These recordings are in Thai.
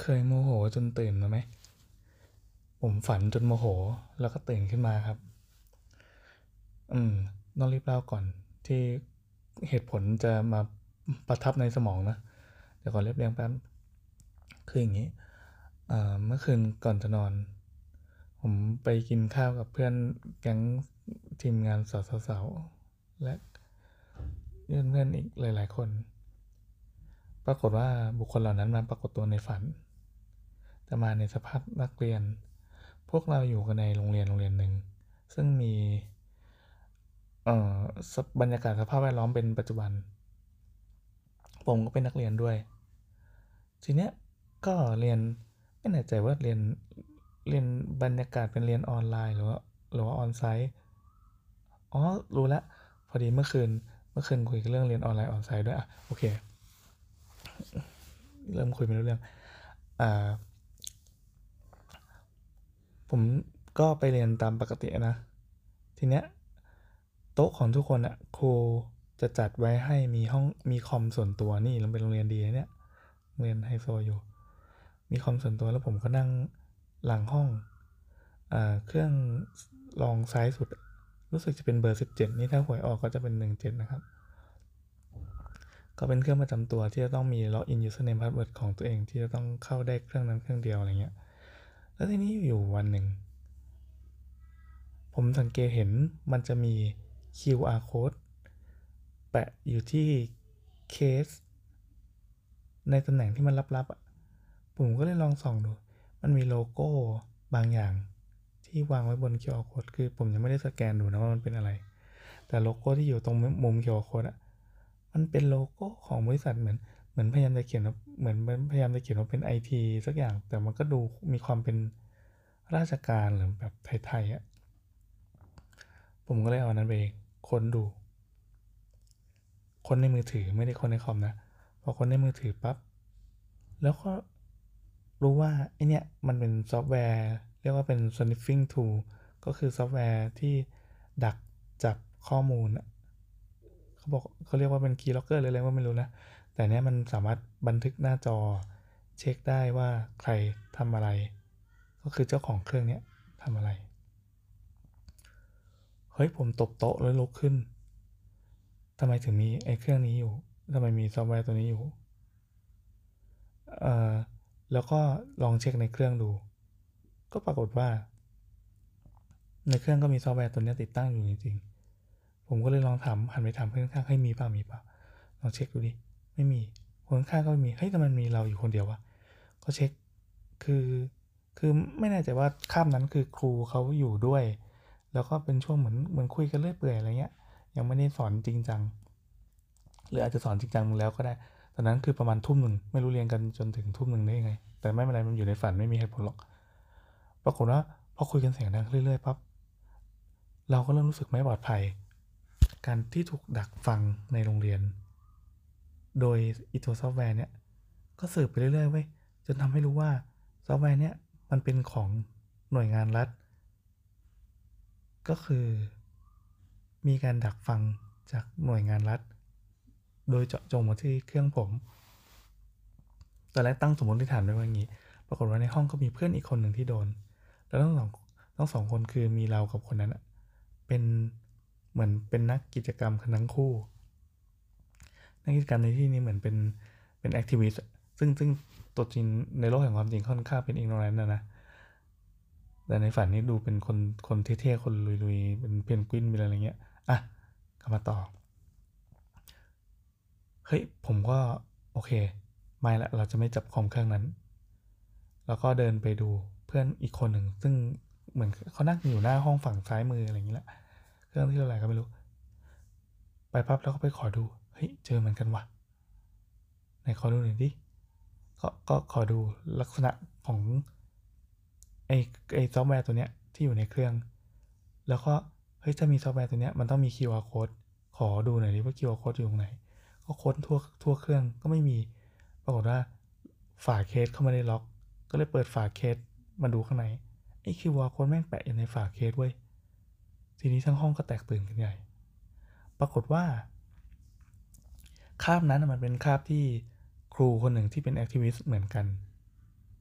เคยโมโหจนตื่นมาไหมผมฝันจนโมโหแล้วก็ตื่นขึ้นมาครับต้องรีบเล่าก่อนที่เหตุผลจะมาประทับในสมองนะเดี๋ยวก่อนเรียบเรียงแป๊บคืออย่างนี้เมื่อคืนก่อนจะนอนผมไปกินข้าวกับเพื่อนแก๊งทีมงานสาวๆและเพื่อนอีกหลายๆคนปรากฏว่าบุคคลเหล่านั้นมาปรากฏตัวในฝันจะมาในสภาพนักเรียนพวกเราอยู่กันในโรงเรียนหนึ่งซึ่งมีบรรยากาศสภาพแวดล้อมเป็นปัจจุบันผมก็เป็นนักเรียนด้วยทีเนี้ยก็เรียนไม่แน่ใจว่าเรียนบรรยากาศเป็นเรียนออนไลน์หรือว่าออนไซต์อ๋อรู้แล้วพอดีเมื่อคืนคุยกันเรื่องเรียนออนไลน์ออนไซต์ด้วยอ่ะโอเคเริ่มคุยไม่รู้เรื่องอ่าผมก็ไปเรียนตามปกตินะทีเนี้ยโต๊ะของทุกคนอ่ะครูจะจัดไว้ให้มีห้องมีคอมส่วนตัวนี่เราเป็นโรงเรียนดีนะเนี่ยเรียนไฮโซอยู่มีคอมส่วนตัวแล้วผมก็นั่งหลังห้องเครื่องรองซ้ายสุดรู้สึกจะเป็นเบอร์17นี่ถ้าหวยออกก็จะเป็น17นะครับก็เป็นเครื่องประจำตัวที่จะต้องมีล็อกอิน username password ของตัวเองที่จะต้องเข้าได้เครื่องนั้นเครื่องเดียวอะไรเงี้ยแล้วทีนี้อยู่วันหนึ่งผมสังเกตเห็นมันจะมี QR code แปะอยู่ที่เคสในตำแหน่งที่มันลับๆอ่ะผมก็เลยลองส่องดูมันมีโลโก้บางอย่างที่วางไว้บน QR code คือผมยังไม่ได้สแกนดูนะว่ามันเป็นอะไรแต่โลโก้ที่อยู่ตรงมุม QR code อ่ะมันเป็นโลโก้ของบริษัทเหมือนพยายามจะเขียนว่าเหมือนพยายามจะเขียนว่าเป็นไอทีสักอย่างแต่มันก็ดูมีความเป็นราชการหรือแบบไทยๆอ่ะผมก็เลยเอานั้นไปค้นดูค้นในมือถือไม่ได้ค้นในคอมนะพอค้นในมือถือปั๊บแล้วก็รู้ว่าไอเนี้ยมันเป็นซอฟต์แวร์เรียกว่าเป็น sniffing tool ก็คือซอฟต์แวร์ที่ดักจับข้อมูลเขาบอกเขาเรียกว่าเป็น key locker หรืออะไรก็ไม่รู้นะแต่เนี้ยมันสามารถบันทึกหน้าจอเช็คได้ว่าใครทำอะไรก็คือเจ้าของเครื่องเนี้ยทำอะไรเฮ้ยผมตบโต๊ะแล้วลุกขึ้นทำไมถึงมีไอ้เครื่องนี้อยู่ทำไมมีซอฟต์แวร์ตัวนี้อยู่เอ่อแล้วก็ลองเช็คในเครื่องดูก็ปรากฏว่าในเครื่องก็มีซอฟต์แวร์ตัวนี้ติดตั้งอยู่จริงๆผมก็เลยลองถามหันไปถามเพื่อนข้างให้มีเปล่าลองเช็คดูดิไม่มีคนข้างก็ไม่มีเฮ้ยแต่มันมีเราอยู่คนเดียววะก็เช็คคือคือไม่แน่ใจว่าคาบนั้นคือครูเขาอยู่ด้วยแล้วก็เป็นช่วงเหมือนคุยกันเรื่อยเปื่อยอะไรเงี้ยยังไม่ได้สอนจริงจังหรืออาจจะสอนจริงจังแล้วก็ได้ตอนนั้นคือประมาณทุ่มหนึ่งไม่รู้เรียนกันจนถึงทุ่มหนึ่งได้ยังไงแต่ไม่เป็นไรมันอยู่ในฝันไม่มีเหตุผลหรอกปรากฏว่าพอคุยกันเสียงดังเรื่อยๆปั๊บเราก็เริ่มรู้สึกไม่ปลอดภัยการที่ถูกดักฟังในโรงเรียนโดยอีตัวซอฟต์แวร์เนี่ยก็สืบไปเรื่อยๆเว้ยจนทำให้รู้ว่าซอฟต์แวร์เนี่ยมันเป็นของหน่วยงานรัฐก็คือมีการดักฟังจากหน่วยงานรัฐโดยเจาะจงมาที่เครื่องผมตอนแรกตั้งสมมติฐานไว้ว่าอย่างนี้ปรากฏว่าในห้องก็มีเพื่อนอีกคนหนึ่งที่โดนแล้วทั้งสองคนคือมีเรากับคนนั้นเป็นเหมือนเป็นนักกิจกรรมทั้งคู่นักกิจกรรมในที่นี้เหมือนเป็นแอคทิวิสต์ซึ่งตัวจริงในโลกแห่งความจริงค่อนข้างเป็นอิกโนแรนต์นะแต่ในฝันนี้ดูเป็นคนเท่ๆคนลุยๆเป็นเพนกวินเป็นอะไรเงี้ยอ่ะกลับมาต่อเฮ้ยผมก็โอเคไม่ละเราจะไม่จับคอมเครื่องนั้นแล้วก็เดินไปดูเพื่อนอีกคนหนึ่งซึ่งเหมือนเขานั่งอยู่หน้าห้องฝั่งซ้ายมืออะไรอย่างนี้แหละเครื่องที่อะไรก็ไม่รู้ไปปั๊บแล้วก็ไปขอดูเฮ้ยเจอเหมือนกันวะไหนขอดูหน่อยดิก็ขอดูลักษณะของไอ้ไอ้ซอฟต์แวร์ตัวเนี้ยที่อยู่ในเครื่องแล้วก็เฮ้ยถ้ามีซอฟต์แวร์ตัวเนี้ยมันต้องมี QR code ขอดูหน่อยดิว่า QR code อยู่ตรงไหนก็ค้นทั่วเครื่องก็ไม่มีปรากฏว่าฝาเคสเขาไม่ได้ล็อกก็เลยเปิดฝาเคสมาดูข้างในไอ้ QR code แม่งแปะอยู่ในฝาเคสเว้ยทีนี้ทั้งห้องก็แตกตื่นกันใหญ่ปรากฏว่าคาบนั้นมันเป็นคาบที่ครูคนหนึ่งที่เป็นแอคทิวิสต์เหมือนกัน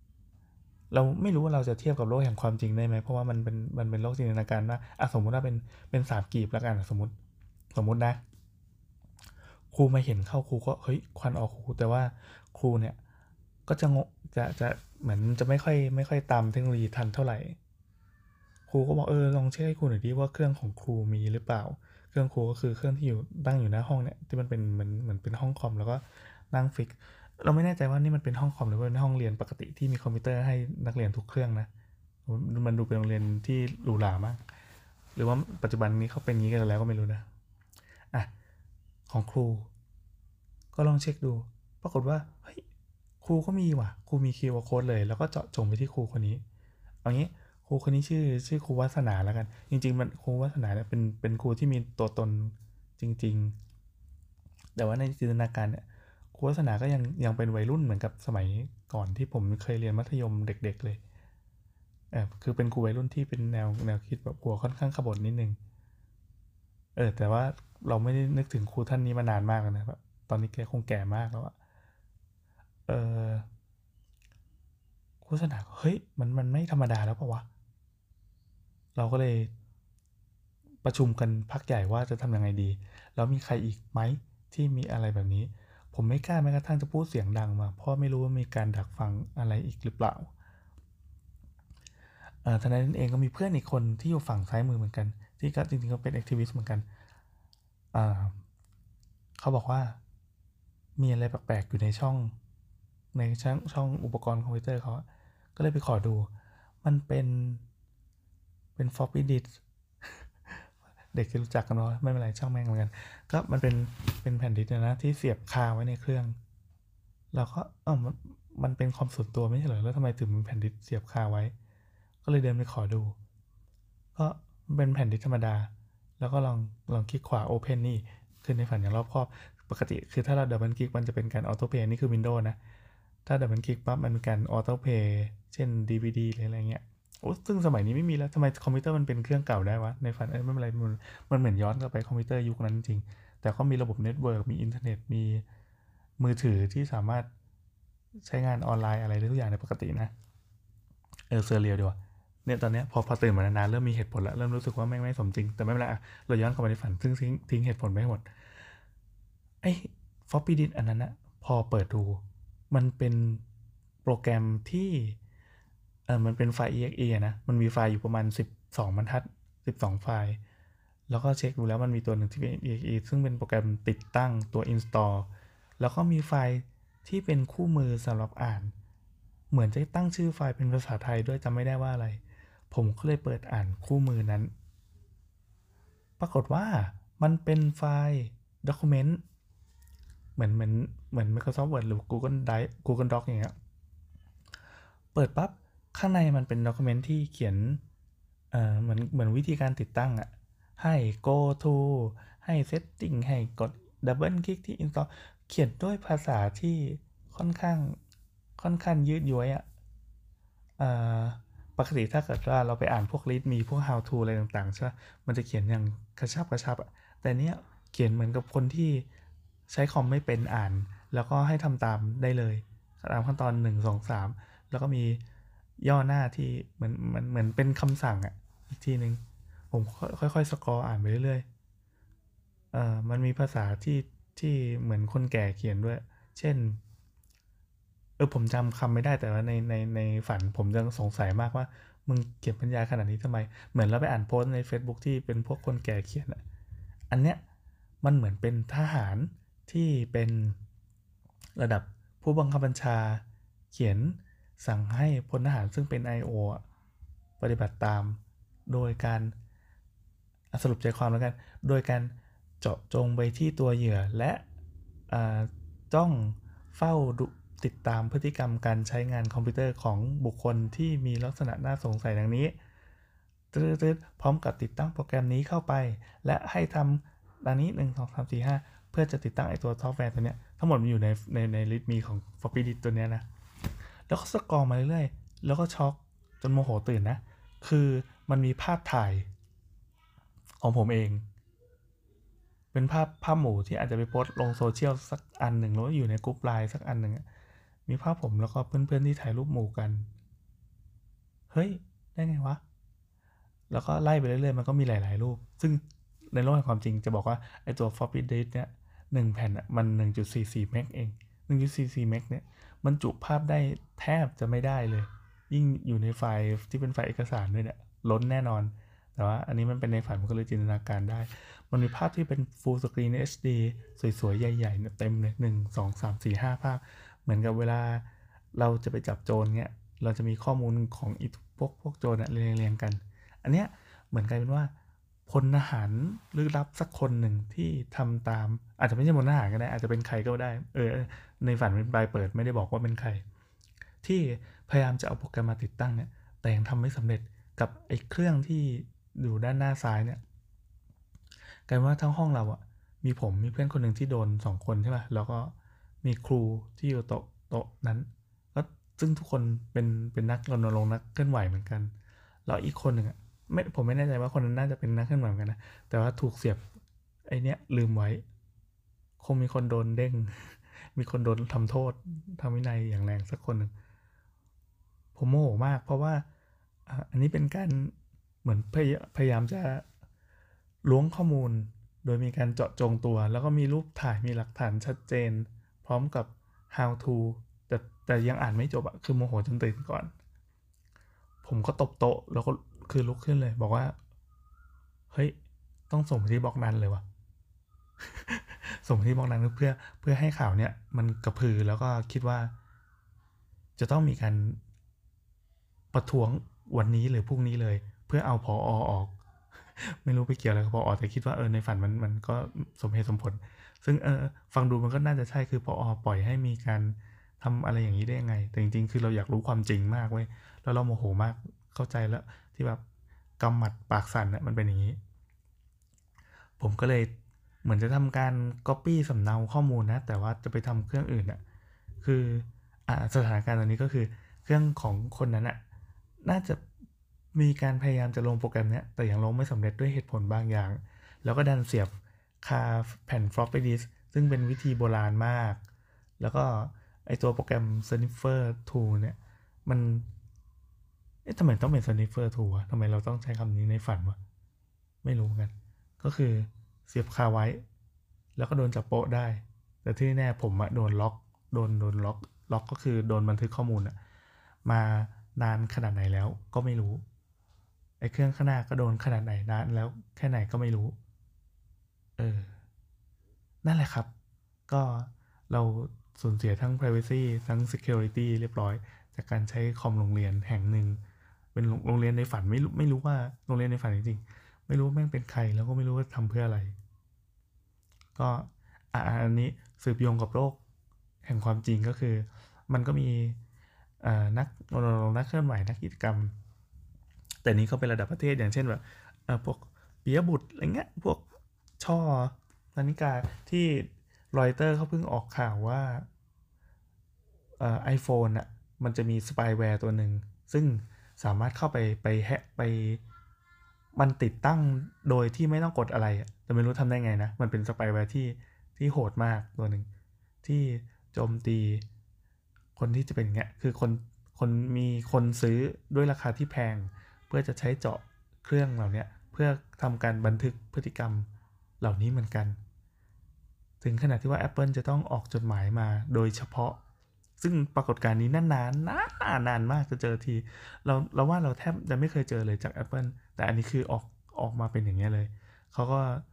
เราไม่รู้ว่าเราจะเทียบกับโลกแห่งความจริงได้ไหมเพราะว่ามันเป็นโลกจินตนาการว่าสมมุติว่าเป็นสามกีบแล้วกันสมมตินะครูมาเห็นเข้าครูก็เฮ้ยควันออกครูแต่ว่าครูเนี่ยก็จะจะเหมือนจะไม่ค่อยตามเทคโนโลยีทันเท่าไหร่ครูก็บอกลองเช็คให้ครูหน่อยดิว่าเครื่องของครูมีหรือเปล่าเครื่องครูก็คือเครื่องที่ตั้งอยู่หน้าห้องเนี่ยที่มันเป็นเหมือนเป็นห้องคอมแล้วก็นั่งฟิกเราไม่แน่ใจว่านี่มันเป็นห้องคอมหรือว่าเป็นห้องเรียนปกติที่มีคอมพิวเตอร์ให้นักเรียนทุกเครื่องนะมันดูเป็นโรงเรียนที่หรูหรามากหรือว่าปัจจุบันนี้เขาเป็นงี้กันแล้วก็ไม่รู้นะอ่ะของครูก็ลองเช็คดูปรากฏว่าเฮ้ยครูก็มีว่ะครูมี QR Code เลยแล้วก็เจาะจงไปที่ครูคนนี้เอางี้ครูคนนี้ชื่อครูวัฒนาแล้วกันจริงๆมันครูวัฒนาเนี่ยเป็นครูที่มีตัวตนจริงๆแต่ว่าในจินตนาการเนี่ยครูวัฒนาก็ยังเป็นวัยรุ่นเหมือนกับสมัยก่อนที่ผมเคยเรียนมัธยมเด็กๆเลยคือเป็นครูวัยรุ่นที่เป็นแนวคิดแบบหัวค่อนข้างขบถนิดนึงแต่ว่าเราไม่ได้นึกถึงครูท่านนี้มานานมากแล้วนะแบบตอนนี้แกคงแก่มากแล้วอะเออครูวัฒนาก็เฮ้ยมันไม่ธรรมดาแล้วปะวะเราก็เลยประชุมกันพักใหญ่ว่าจะทำยังไงดีแล้วมีใครอีกไหมที่มีอะไรแบบนี้ผมไม่กล้าแม้กระทั่งจะพูดเสียงดังมาเพราะไม่รู้ว่ามีการดักฟังอะไรอีกหรือเปล่าทนายนั้นเองก็มีเพื่อนอีกคนที่อยู่ฝั่งซ้ายมือเหมือนกันที่ก็จริงๆก็เป็นแอคทิวิสต์เหมือนกันอ่าเขาบอกว่ามีอะไรแปลกๆอยู่ในช่องอุปกรณ์คอมพิวเตอร์เขาก็เลยไปขอดูมันเป็น floppy disk เด็กจะรู้จักกันเนาะไม่เป็นไรช่างแม่งเหมือนกันก็มันเป็นแผ่นดิสก์นะที่เสียบคาไว้ในเครื่องเราก็มันเป็นความส่วนตัวไม่ใช่เหรอแล้วทำไมถึงมีแผ่นดิสก์เสียบคาไว้ก็เลยเดินไปขอดูก็เป็นแผ่นดิสก์ธรรมดาแล้วก็ลองคลิกขวา Open นี่ขึ้นในฝันอย่างรอบคอบปกติคือถ้าเราดับเบิลคลิกมันจะเป็นการออโต้เพย์นี่คือ Windows นะถ้าดับเบิลคลิกปั๊บมันเป็นการออโต้เพย์เช่น DVD หรืออะไรเงี้ยโอ้ซึ่งสมัยนี้ไม่มีแล้วทำไมคอมพิวเตอร์มันเป็นเครื่องเก่าได้วะในฝันไม่เป็นไรมันเหมือนย้อนกลับไปคอมพิวเตอร์ยุคนั้นจริงแต่ก็มีระบบเน็ตเวิร์กมีอินเทอร์เน็ตมีมือถือที่สามารถใช้งานออนไลน์อะไรได้ทุกอย่างในปกตินะเซอร์เรียลดีกว่าเนี่ยตอนนี้พอตื่นมานานๆเริ่มมีเหตุผลแล้วเริ่มรู้สึกว่าไม่สมจริงแต่ไม่เป็นไรเราย้อนกลับไปในฝันซึ่งทิ้งเหตุผลไปให้หมดไอ้ฟอปปี้ดิสอันนั้นนะพอเปิดดูมันเป็นโปรแกรมที่มันเป็นไฟล์ exe นะมันมีไฟล์อยู่ประมาณ12บรรทัด12ไฟล์แล้วก็เช็คดูแล้วมันมีตัวหนึ่งที่เป็น exe ซึ่งเป็นโปรแกรมติดตั้งตัว install แล้วก็มีไฟล์ที่เป็นคู่มือสำหรับอ่านเหมือนจะตั้งชื่อไฟล์เป็นภาษาไทยด้วยจำไม่ได้ว่าอะไรผมก็เลยเปิดอ่านคู่มือนั้นปรากฏว่ามันเป็นไฟล์ document เหมือน Microsoft Word หรือ Google Drive Google Doc อย่างเงี้ยเปิดปั๊บข้างในมันเป็น document ที่เขียนเหมือนวิธีการติดตั้งอะให้ go to ให้ setting ให้กด double click ที่ install เขียนด้วยภาษาที่ค่อนข้างยืดย้วยอะปกติถ้าเกิดว่าเราไปอ่านพวก read me พวก how to อะไรต่างๆใช่ไหมมันจะเขียนอย่างกระชับอะแต่เนี้ยเขียนเหมือนกับคนที่ใช้คอมไม่เป็นอ่านแล้วก็ให้ทำตามได้เลยตามขั้นตอน1 2 3แล้วก็มีย่อหน้าที่เหมือนเป็นคำสั่งอ่ะอีกทีนึงผมค่อยๆสกรออ่านไปเรื่อยๆมันมีภาษาที่เหมือนคนแก่เขียนด้วยเช่นผมจำคำไม่ได้แต่ว่าในฝันผมยังสงสัยมากว่ามึงเขียนบรรยายขนาดนี้ทำไมเหมือนเราไปอ่านโพสต์ใน Facebook ที่เป็นพวกคนแก่เขียนอันเนี้ยมันเหมือนเป็นทหารที่เป็นระดับผู้บังคับบัญชาเขียนสั่งให้พลทหารซึ่งเป็น IO ปฏิบัติตามโดยการสรุปใจความแล้วกันโดยการเจาะจงไปที่ตัวเหยื่อและจ้องเฝ้าติดตามพฤติกรรมการใช้งานคอมพิวเตอร์ของบุคคลที่มีลักษณะน่าสงสัยดังนี้ตืดพร้อมกับติดตั้งโปรแกรมนี้เข้าไปและให้ทำดังนี้1 2 3 4 5เพื่อจะติดตั้งไอตัวซอฟต์แวร์ตัวเนี้ยทั้งหมดมันอยู่ในลิสต์มีของ floppy disk ตัวเนี้ยนะแล้วก็สกรอมาเรื่อยๆแล้วก็ช็อกจนโมโหตื่นนะคือมันมีภาพถ่ายของผมเองเป็นภาพหมู่ที่อาจจะไปโพสต์ลงโซเชียลสักอันหนึ่งหรือว่าอยู่ในกลุ่มไลน์สักอันหนึ่งมีภาพผมแล้วก็เพื่อนๆที่ถ่ายรูปหมู่กันเฮ้ยได้ไงวะแล้วก็ไล่ไปเรื่อยๆมันก็มีหลายๆรูปซึ่งในโลกแห่งความจริงจะบอกว่าไอตัว floppy disk เนี่ย1แผ่นมัน 1.44 เมกเอง 1.44 เมกเนี่ยมันจุภาพได้แทบจะไม่ได้เลยยิ่งอยู่ในไฟล์ที่เป็นไฟล์เอกสารด้วยเนี่ยล้นแน่นอนแต่ว่าอันนี้มันเป็นในฝันมันก็เลยจินตนาการได้มันมีภาพที่เป็น full screen HD สวยๆใหญ่ๆเนี่ยเต็มเลย1 2 3 4 5ภาพเหมือนกับเวลาเราจะไปจับโจรเนี่ยเราจะมีข้อมูลของอีพวกโจรเรียงๆกันอันเนี้ยเหมือนกลายเป็นว่าพลทหารลึกลับสักคนหนึ่งที่ทำตามอาจจะไม่ใช่พลทหารก็ได้อาจจะเป็นใครก็ได้ในฝันเป็นปลายเปิดไม่ได้บอกว่าเป็นใครที่พยายามจะเอาโปรแกรมมาติดตั้งเนี่ยแต่ยังทำไม่สำเร็จกับไอ้เครื่องที่อยู่ด้านหน้าซ้ายเนี่ยกลายว่าทั้งห้องเราอะมีผมมีเพื่อนคนหนึ่งที่โดน2คนใช่ป่ะแล้วก็มีครูที่อยู่โต๊ะนั้นก็ซึ่งทุกคนเป็นนักรณรงค์นักเคลื่อนไหวเหมือนกันแล้วอีกคนหนึ่งอะผมไม่แน่ใจว่าคนนั้นน่าจะเป็นนักเคลื่อนไหวเหมือนกันนะแต่ว่าถูกเสียบไอเนี้ยลืมไว้คงมีคนโดนเด้ง มีคนโดนทำโทษทำวินัยอย่างแรงสักคนหนึ่งผมโมโหมากเพราะว่าอันนี้เป็นการเหมือนพยายามจะล้วงข้อมูลโดยมีการเจาะจงตัวแล้วก็มีรูปถ่ายมีหลักฐานชัดเจนพร้อมกับ how to แต่ยังอ่านไม่จบอะคือโมโหจนตื่นก่อนผมก็ตบโต๊ะแล้วก็คือลุกขึ้นเลยบอกว่าเฮ้ยต้องส่งไปที่บล็อกนั้นเลยวะ ส่งไปที่บล็อกนั้นเพื่อให้ข่าวเนี้ยมันกระพือแล้วก็คิดว่าจะต้องมีการประท้วงวันนี้หรือพรุ่งนี้เลยเพื่อเอาผอ.ออกไม่รู้ไปเกี่ยวอะไรกับผอ.แต่คิดว่าในฝันมันก็สมเหตุสมผลซึ่งฟังดูมันก็น่าจะใช่คือผอ.ปล่อยให้มีการทำอะไรอย่างนี้ได้ยังไงแต่จริงๆคือเราอยากรู้ความจริงมากเว้ยแล้วเราโมโหมากเข้าใจแล้วที่แบบกำหมัดปากสั่นน่ะมันเป็นอย่างนี้ผมก็เลยเหมือนจะทำการ copy สำเนาข้อมูลนะแต่ว่าจะไปทำเครื่องอื่นอ่ะคือสถานการณ์ตอนนี้ก็คือเครื่องของคนนั้นอ่ะน่าจะมีการพยายามจะลงโปรแกรมเนี้ยแต่ยังลงไม่สำเร็จด้วยเหตุผลบางอย่างแล้วก็ดันเสียบคาแผ่น floppy disk ซึ่งเป็นวิธีโบราณมากแล้วก็ไอตัวโปรแกรม Sniffer Tool เนี่ยมันทำไมต้องเป็น Sniffer Tool วะทำไมเราต้องใช้คำนี้ในฝันวะไม่รู้เหมือนกันก็คือเสียบคาไว้แล้วก็โดนจับโป๊ะได้แต่ที่แน่ผมโดนล็อกโดนล็อกก็คือโดนบันทึกข้อมูลมานานขนาดไหนแล้วก็ไม่รู้ไอ้เครื่องข้างหน้าก็โดนขนาดไหนนานแล้วแค่ไหนก็ไม่รู้นั่นแหละครับก็เราสูญเสียทั้ง privacy ทั้ง security เรียบร้อยจากการใช้คอมโรงเรียนแห่งหนึ่งเป็นโรงเรียนในฝันไม่รู้ว่าโรงเรียนในฝันจริงๆไม่รู้แม่งเป็นใครแล้วก็ไม่รู้ว่าทำเพื่ออะไรก็อันนี้สืบโยงกับโลกแห่งความจริงก็คือมันก็มีนักรณรงค์นักเคลื่อนไหวนักกิจกรรมแต่นี้เขาเป็นระดับประเทศอย่างเช่นแบบพวกปิยบุตรอะไรเงี้ยพวกช่อนานิกาที่รอยเตอร์เขาเพิ่งออกข่าวว่าiPhone มันจะมีสปายแวร์ตัวหนึ่งซึ่งสามารถเข้าไปแฮกไปมันติดตั้งโดยที่ไม่ต้องกดอะไรแต่ไม่รู้ทำได้ไงนะมันเป็นสปายแวร์ที่โหดมากตัวหนึ่งที่โจมตีคนที่จะเป็นอย่างเงี้ยคือคนมีคนซื้อด้วยราคาที่แพงเพื่อจะใช้เจาะเครื่องเหล่านี้เพื่อทำการบันทึกพฤติกรรมเหล่านี้เหมือนกันถึงขนาดที่ว่า Apple จะต้องออกจดหมายมาโดยเฉพาะซึ่งปรากฏการณ์นี้นานมากจะเจอทีเราว่าเราแทบจะไม่เคยเจอเลยจาก Apple แต่อันนี้คือออกมาเป็นอย่างเงี้ยเลยเขา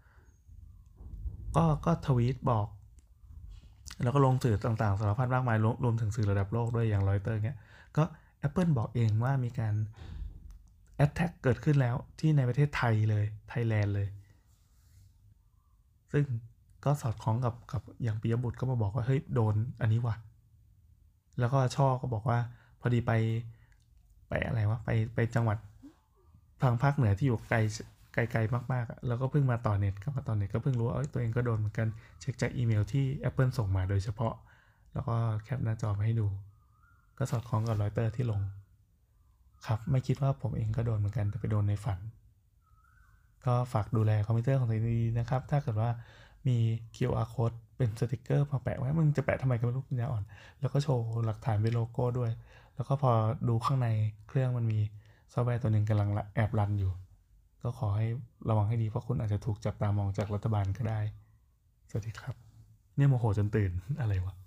ก็ทวีตบอกแล้วก็ลงสื่อต่างๆสารพัดมากมายรวมถึงสื่อระดับโลกด้วยอย่างรอยเตอร์เงี้ยก็ Apple บอกเองว่ามีการ attack เกิดขึ้นแล้วที่ในประเทศไทยเลยไทยแลนด์เลยซึ่งก็สอดคล้องกับอย่างปิยบุตรก็มาบอกว่าเฮ้ยโดนอันนี้ว่ะแล้วก็ช่อก็บอกว่าพอดีไปอะไรวะไปจังหวัดทางภาคเหนือที่อยู่ไกลมากๆแล้วก็เพิ่งมาต่อเน็ตก็เพิ่งรู้ว่าตัวเองก็โดนเหมือนกันเช็คจากอีเมลที่ Apple ส่งมาโดยเฉพาะแล้วก็แคปหน้าจอมาให้ดูก็สอดคล้องกับรอยเตอร์ที่ลงครับไม่คิดว่าผมเองก็โดนเหมือนกันแต่ไปโดนในฝันก็ฝากดูแลคอมพิวเตอร์ของตัวเองดีๆนะครับถ้าเกิดว่ามี QR code เป็นสติกเกอร์มาแปะไว้มึงจะแปะทำไมก็ไม่รู้ปัญญาอ่อนแล้วก็โชว์หลักฐานเป็นโลโก้ด้วยแล้วก็พอดูข้างในเครื่องมันมีซอฟต์แวร์ตัวหนึ่งกำลังแอบรันอยู่ก็ขอให้ระวังให้ดีเพราะคุณอาจจะถูกจับตามองจากรัฐบาลก็ได้สวัสดีครับเนี่ยโมโหจนตื่นอะไรวะ